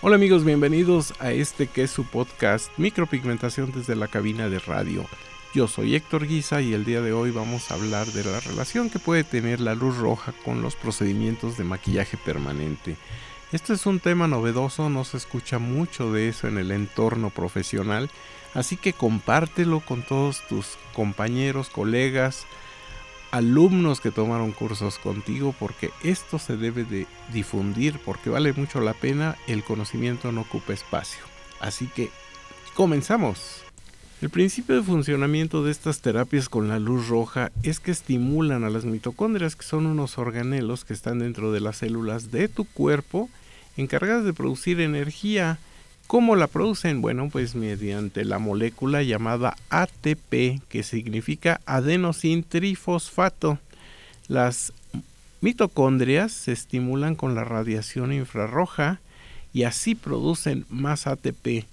Hola amigos, bienvenidos a este que es su podcast Micropigmentación desde la cabina de radio. Yo soy Héctor Guisa y el día de hoy vamos a hablar de la relación que puede tener la luz roja con los procedimientos de maquillaje permanente. Este es un tema novedoso, no se escucha mucho de eso en el entorno profesional, así que compártelo con todos tus compañeros, colegas, alumnos que tomaron cursos contigo, porque esto se debe de difundir, porque vale mucho la pena, el conocimiento no ocupa espacio. Así que comenzamos. El principio de funcionamiento de estas terapias con la luz roja es que estimulan a las mitocondrias, que son unos organelos que están dentro de las células de tu cuerpo, encargadas de producir energía. ¿Cómo la producen? Bueno, pues mediante la molécula llamada ATP, que significa adenosintrifosfato. Las mitocondrias se estimulan con la radiación infrarroja y así producen más ATP.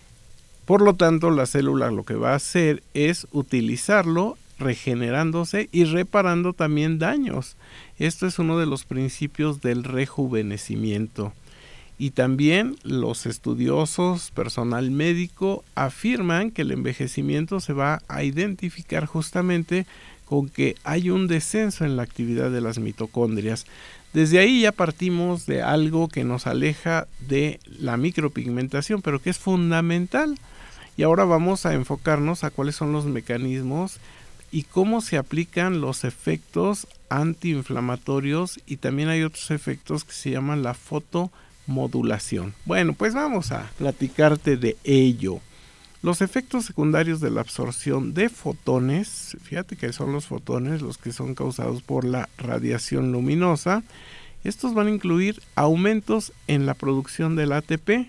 Por lo tanto, la célula lo que va a hacer es utilizarlo, regenerándose y reparando también daños. Esto es uno de los principios del rejuvenecimiento. Y también los estudiosos, personal médico, afirman que el envejecimiento se va a identificar justamente con que hay un descenso en la actividad de las mitocondrias. Desde ahí ya partimos de algo que nos aleja de la micropigmentación, pero que es fundamental. Y ahora vamos a enfocarnos a cuáles son los mecanismos y cómo se aplican los efectos antiinflamatorios, y también hay otros efectos que se llaman la fotomodulación. Bueno, pues vamos a platicarte de ello. Los efectos secundarios de la absorción de fotones, fíjate que son los fotones los que son causados por la radiación luminosa. Estos van a incluir aumentos en la producción del ATP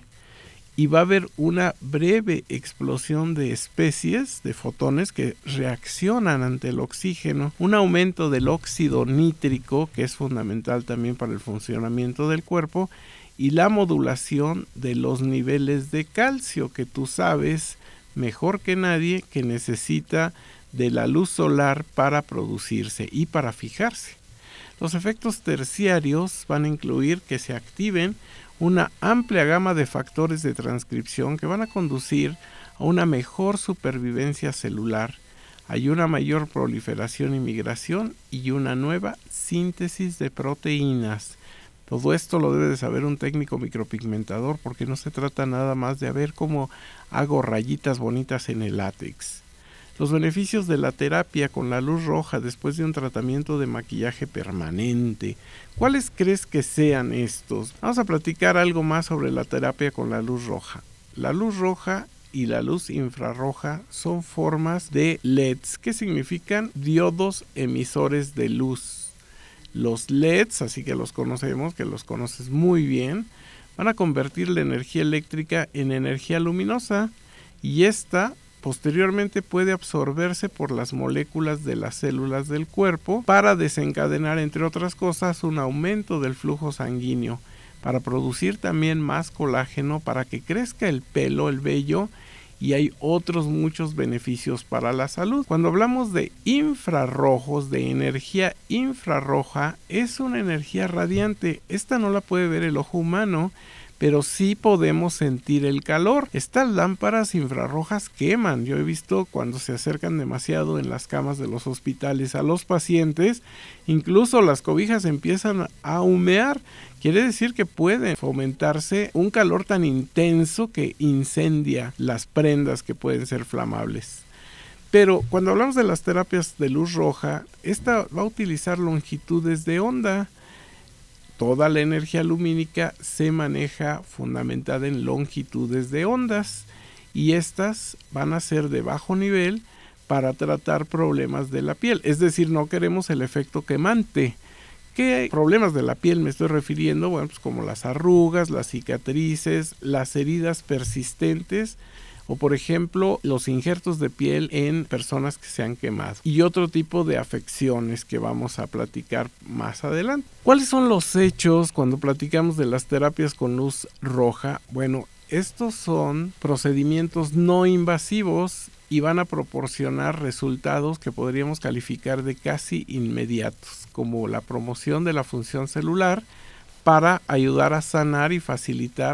y va a haber una breve explosión de especies de fotones que reaccionan ante el oxígeno, un aumento del óxido nítrico, que es fundamental también para el funcionamiento del cuerpo, y la modulación de los niveles de calcio, que tú sabes mejor que nadie que necesita de la luz solar para producirse y para fijarse. Los efectos terciarios van a incluir que se activen una amplia gama de factores de transcripción que van a conducir a una mejor supervivencia celular. Hay una mayor proliferación y migración y una nueva síntesis de proteínas. Todo esto lo debe de saber un técnico micropigmentador, porque no se trata nada más de ver cómo hago rayitas bonitas en el látex. Los beneficios de la terapia con la luz roja después de un tratamiento de maquillaje permanente. ¿Cuáles crees que sean estos? Vamos a platicar algo más sobre la terapia con la luz roja. La luz roja y la luz infrarroja son formas de LEDs, que significan diodos emisores de luz. Los LEDs, así que los conocemos, que los conoces muy bien, van a convertir la energía eléctrica en energía luminosa, y esta posteriormente puede absorberse por las moléculas de las células del cuerpo para desencadenar, entre otras cosas, un aumento del flujo sanguíneo, para producir también más colágeno, para que crezca el pelo, el vello, y hay otros muchos beneficios para la salud. Cuando hablamos de infrarrojos, de energía infrarroja, es una energía radiante. Esta no la puede ver el ojo humano, pero sí podemos sentir el calor. Estas lámparas infrarrojas queman. Yo he visto cuando se acercan demasiado en las camas de los hospitales a los pacientes, incluso las cobijas empiezan a humear. Quiere decir que puede fomentarse un calor tan intenso que incendia las prendas que pueden ser flamables. Pero cuando hablamos de las terapias de luz roja, esta va a utilizar longitudes de onda. Toda la energía lumínica se maneja fundamentada en longitudes de ondas, y estas van a ser de bajo nivel para tratar problemas de la piel. Es decir, no queremos el efecto quemante. ¿Qué problemas de la piel me estoy refiriendo? Bueno, pues como las arrugas, las cicatrices, las heridas persistentes, o por ejemplo los injertos de piel en personas que se han quemado, y otro tipo de afecciones que vamos a platicar más adelante. ¿Cuáles son los hechos cuando platicamos de las terapias con luz roja? Bueno, estos son procedimientos no invasivos y van a proporcionar resultados que podríamos calificar de casi inmediatos, como la promoción de la función celular para ayudar a sanar y facilitar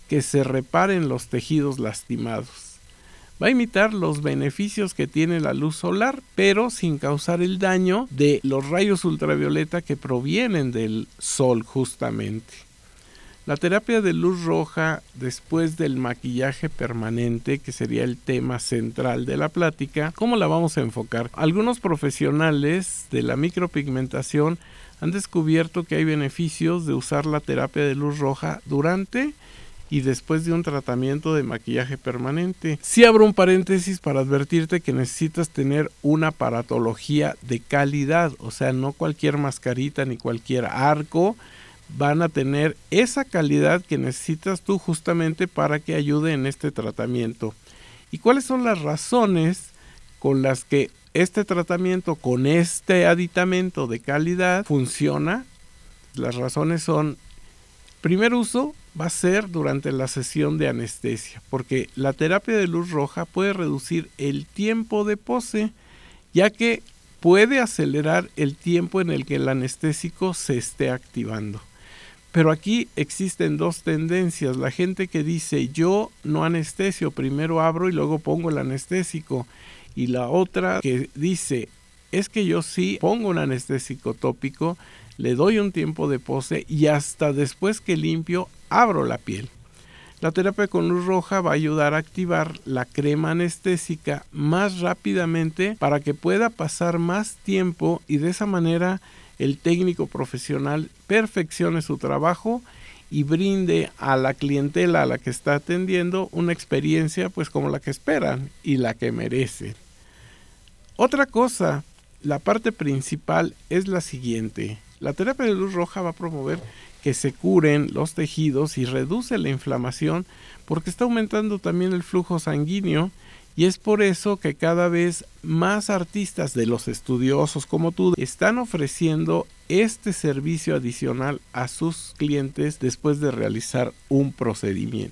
que se reparen los tejidos lastimados. Va a imitar los beneficios que tiene la luz solar, pero sin causar el daño de los rayos ultravioleta que provienen del sol justamente. La terapia de luz roja después del maquillaje permanente, que sería el tema central de la plática, ¿cómo la vamos a enfocar? Algunos profesionales de la micropigmentación han descubierto que hay beneficios de usar la terapia de luz roja durante y después de un tratamiento de maquillaje permanente. Sí abro un paréntesis para advertirte que necesitas tener una aparatología de calidad, o sea, no cualquier mascarita ni cualquier arco van a tener esa calidad que necesitas tú justamente para que ayude en este tratamiento. ¿Y cuáles son las razones con las que este tratamiento con este aditamento de calidad funciona? Las razones son: primer uso va a ser durante la sesión de anestesia, porque la terapia de luz roja puede reducir el tiempo de pose, ya que puede acelerar el tiempo en el que el anestésico se esté activando. Pero aquí existen dos tendencias: la gente que dice yo no anestesio, primero abro y luego pongo el anestésico, y la otra que dice es que yo sí pongo un anestésico tópico, le doy un tiempo de pose y hasta después que limpio abro la piel. La terapia con luz roja va a ayudar a activar la crema anestésica más rápidamente para que pueda pasar más tiempo y de esa manera el técnico profesional perfeccione su trabajo y brinde a la clientela a la que está atendiendo una experiencia pues como la que esperan y la que merecen. Otra cosa, la parte principal es la siguiente: la terapia de luz roja va a promover que se curen los tejidos y reduce la inflamación porque está aumentando también el flujo sanguíneo, y es por eso que cada vez más artistas de los estudiosos como tú están ofreciendo este servicio adicional a sus clientes después de realizar un procedimiento.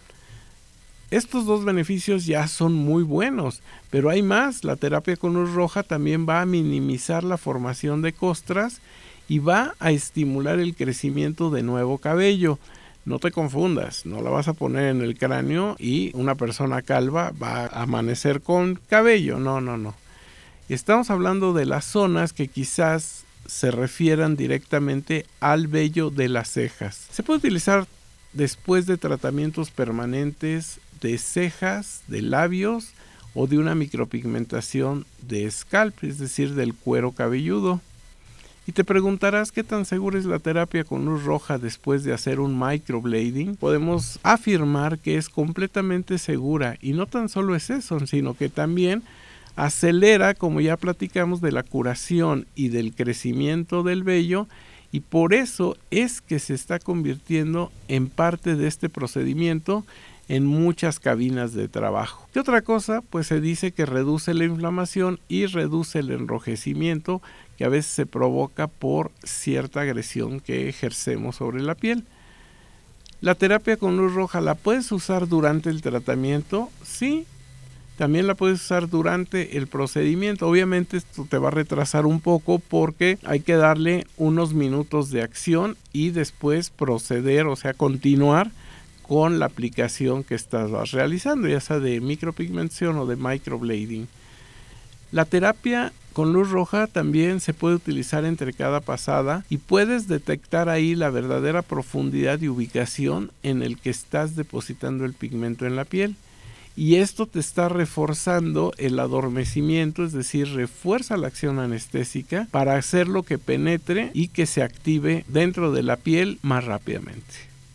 Estos dos beneficios ya son muy buenos, pero hay más. La terapia con luz roja también va a minimizar la formación de costras y va a estimular el crecimiento de nuevo cabello. No te confundas, no la vas a poner en el cráneo y una persona calva va a amanecer con cabello. No. Estamos hablando de las zonas que quizás se refieran directamente al vello de las cejas. Se puede utilizar después de tratamientos permanentes de cejas, de labios o de una micropigmentación de scalp, es decir, del cuero cabelludo. Y te preguntarás qué tan segura es la terapia con luz roja después de hacer un microblading. Podemos afirmar que es completamente segura, y no tan solo es eso, sino que también acelera, como ya platicamos, de la curación y del crecimiento del vello, y por eso es que se está convirtiendo en parte de este procedimiento en muchas cabinas de trabajo. ¿Qué otra cosa? Pues se dice que reduce la inflamación y reduce el enrojecimiento que a veces se provoca por cierta agresión que ejercemos sobre la piel. ¿La terapia con luz roja la puedes usar durante el tratamiento? Sí, también la puedes usar durante el procedimiento. Obviamente esto te va a retrasar un poco porque hay que darle unos minutos de acción y después proceder, o sea, continuar con la aplicación que estás realizando, ya sea de micropigmentación o de microblading. La terapia con luz roja también se puede utilizar entre cada pasada y puedes detectar ahí la verdadera profundidad y ubicación en el que estás depositando el pigmento en la piel. Y esto te está reforzando el adormecimiento, es decir, refuerza la acción anestésica para hacerlo que penetre y que se active dentro de la piel más rápidamente.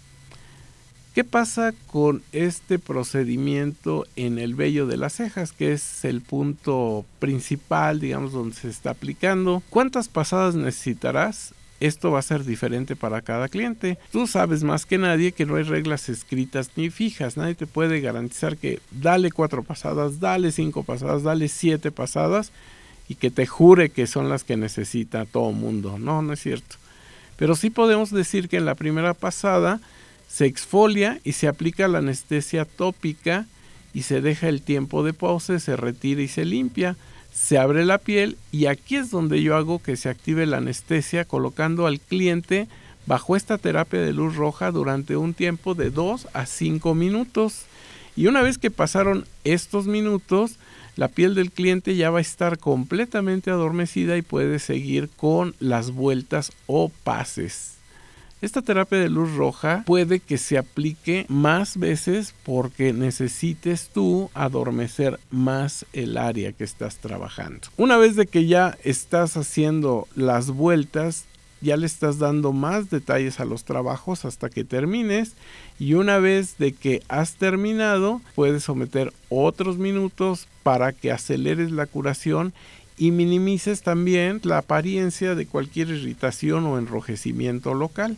¿Qué pasa con este procedimiento en el vello de las cejas, que es el punto principal, digamos, donde se está aplicando? ¿Cuántas pasadas necesitarás? Esto va a ser diferente para cada cliente. Tú sabes más que nadie que no hay reglas escritas ni fijas. Nadie te puede garantizar que dale 4 pasadas, dale 5 pasadas, dale 7 pasadas y que te jure que son las que necesita todo mundo. No es cierto. Pero sí podemos decir que en la primera pasada se exfolia y se aplica la anestesia tópica y se deja el tiempo de pose, se retira y se limpia. Se abre la piel y aquí es donde yo hago que se active la anestesia colocando al cliente bajo esta terapia de luz roja durante un tiempo de 2 a 5 minutos. Y una vez que pasaron estos minutos, la piel del cliente ya va a estar completamente adormecida y puede seguir con las vueltas o pases. Esta terapia de luz roja puede que se aplique más veces porque necesites tú adormecer más el área que estás trabajando. Una vez de que ya estás haciendo las vueltas, ya le estás dando más detalles a los trabajos hasta que termines, y una vez de que has terminado, puedes someter otros minutos para que aceleres la curación y minimices también la apariencia de cualquier irritación o enrojecimiento local.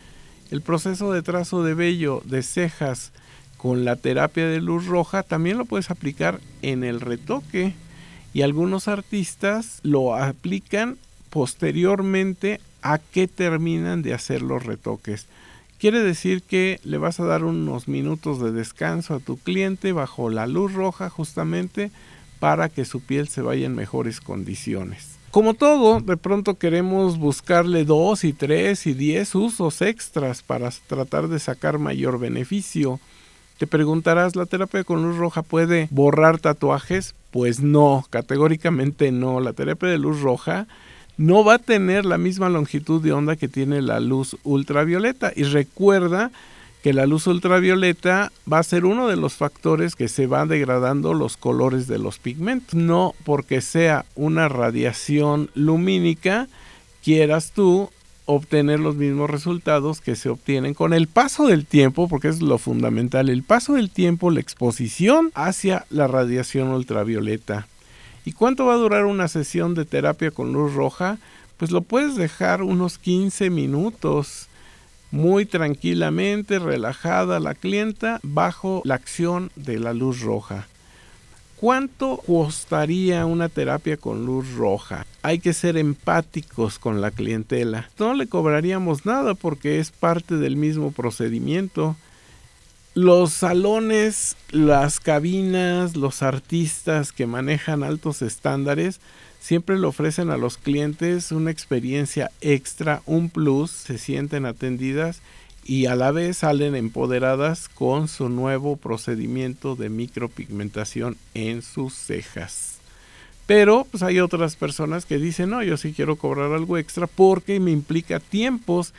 El proceso de trazo de vello de cejas con la terapia de luz roja también lo puedes aplicar en el retoque, y algunos artistas lo aplican posteriormente a que terminan de hacer los retoques. Quiere decir que le vas a dar unos minutos de descanso a tu cliente bajo la luz roja justamente para que su piel se vaya en mejores condiciones. Como todo, de pronto queremos buscarle 2 y 3 y 10 usos extras para tratar de sacar mayor beneficio. Te preguntarás, ¿la terapia con luz roja puede borrar tatuajes? Pues no, categóricamente no. La terapia de luz roja no va a tener la misma longitud de onda que tiene la luz ultravioleta. Y recuerda que la luz ultravioleta va a ser uno de los factores que se va degradando los colores de los pigmentos. No porque sea una radiación lumínica quieras tú obtener los mismos resultados que se obtienen con el paso del tiempo, porque es lo fundamental, el paso del tiempo, la exposición hacia la radiación ultravioleta. ¿Y cuánto va a durar una sesión de terapia con luz roja? Pues lo puedes dejar unos 15 minutos. Muy tranquilamente, relajada la clienta bajo la acción de la luz roja. ¿Cuánto costaría una terapia con luz roja? Hay que ser empáticos con la clientela. No le cobraríamos nada porque es parte del mismo procedimiento. Los salones, las cabinas, los artistas que manejan altos estándares siempre le ofrecen a los clientes una experiencia extra, un plus, se sienten atendidas y a la vez salen empoderadas con su nuevo procedimiento de micropigmentación en sus cejas. Pero pues hay otras personas que dicen, no, yo sí quiero cobrar algo extra porque me implica tiempos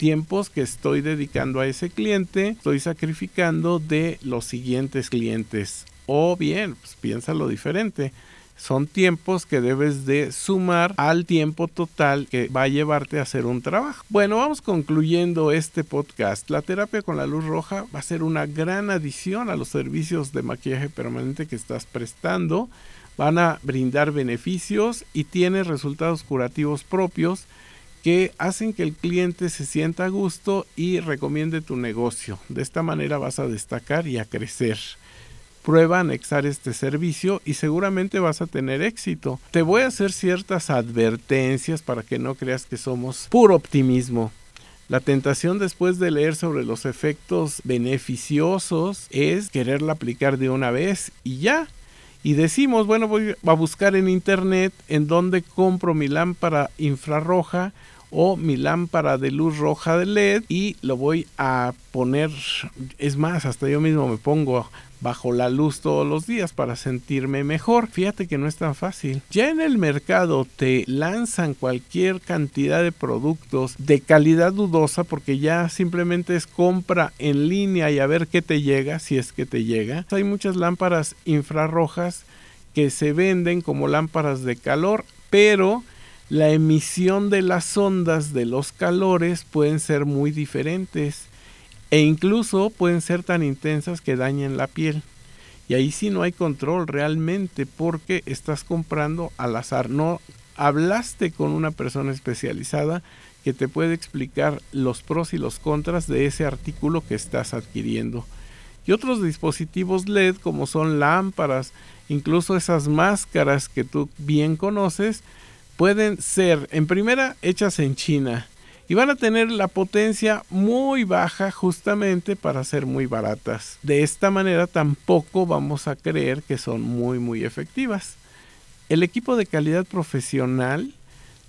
que estoy dedicando a ese cliente, estoy sacrificando de los siguientes clientes. O bien, pues piénsalo diferente. Son tiempos que debes de sumar al tiempo total que va a llevarte a hacer un trabajo. Bueno, vamos concluyendo este podcast. La terapia con la luz roja va a ser una gran adición a los servicios de maquillaje permanente que estás prestando. Van a brindar beneficios y tiene resultados curativos propios que hacen que el cliente se sienta a gusto y recomiende tu negocio. De esta manera vas a destacar y a crecer. Prueba anexar este servicio y seguramente vas a tener éxito. Te voy a hacer ciertas advertencias para que no creas que somos puro optimismo. La tentación después de leer sobre los efectos beneficiosos es quererla aplicar de una vez y ya. Y decimos, bueno, voy a buscar en internet en dónde compro mi lámpara infrarroja o mi lámpara de luz roja de LED y lo voy a poner, es más, hasta yo mismo me pongo bajo la luz todos los días para sentirme mejor. Fíjate que no es tan fácil. Ya en el mercado te lanzan cualquier cantidad de productos de calidad dudosa porque ya simplemente es compra en línea y a ver qué te llega, si es que te llega. Hay muchas lámparas infrarrojas que se venden como lámparas de calor, pero la emisión de las ondas de los calores pueden ser muy diferentes e incluso pueden ser tan intensas que dañen la piel. Y ahí sí no hay control realmente porque estás comprando al azar. No hablaste con una persona especializada que te puede explicar los pros y los contras de ese artículo que estás adquiriendo. Y otros dispositivos LED como son lámparas, incluso esas máscaras que tú bien conoces, pueden ser en primera hechas en China y van a tener la potencia muy baja justamente para ser muy baratas. De esta manera tampoco vamos a creer que son muy efectivas. El equipo de calidad profesional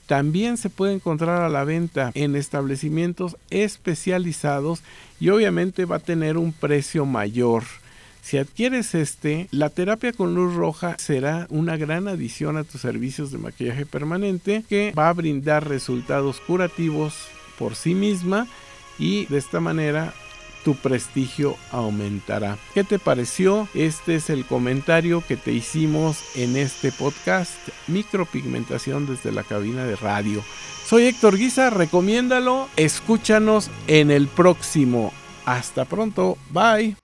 también se puede encontrar a la venta en establecimientos especializados y obviamente va a tener un precio mayor. Si adquieres la terapia con luz roja será una gran adición a tus servicios de maquillaje permanente que va a brindar resultados curativos por sí misma y de esta manera tu prestigio aumentará. ¿Qué te pareció? Este es el comentario que te hicimos en este podcast Micropigmentación desde la cabina de radio. Soy Héctor Guisa, recomiéndalo, escúchanos en el próximo. Hasta pronto, bye.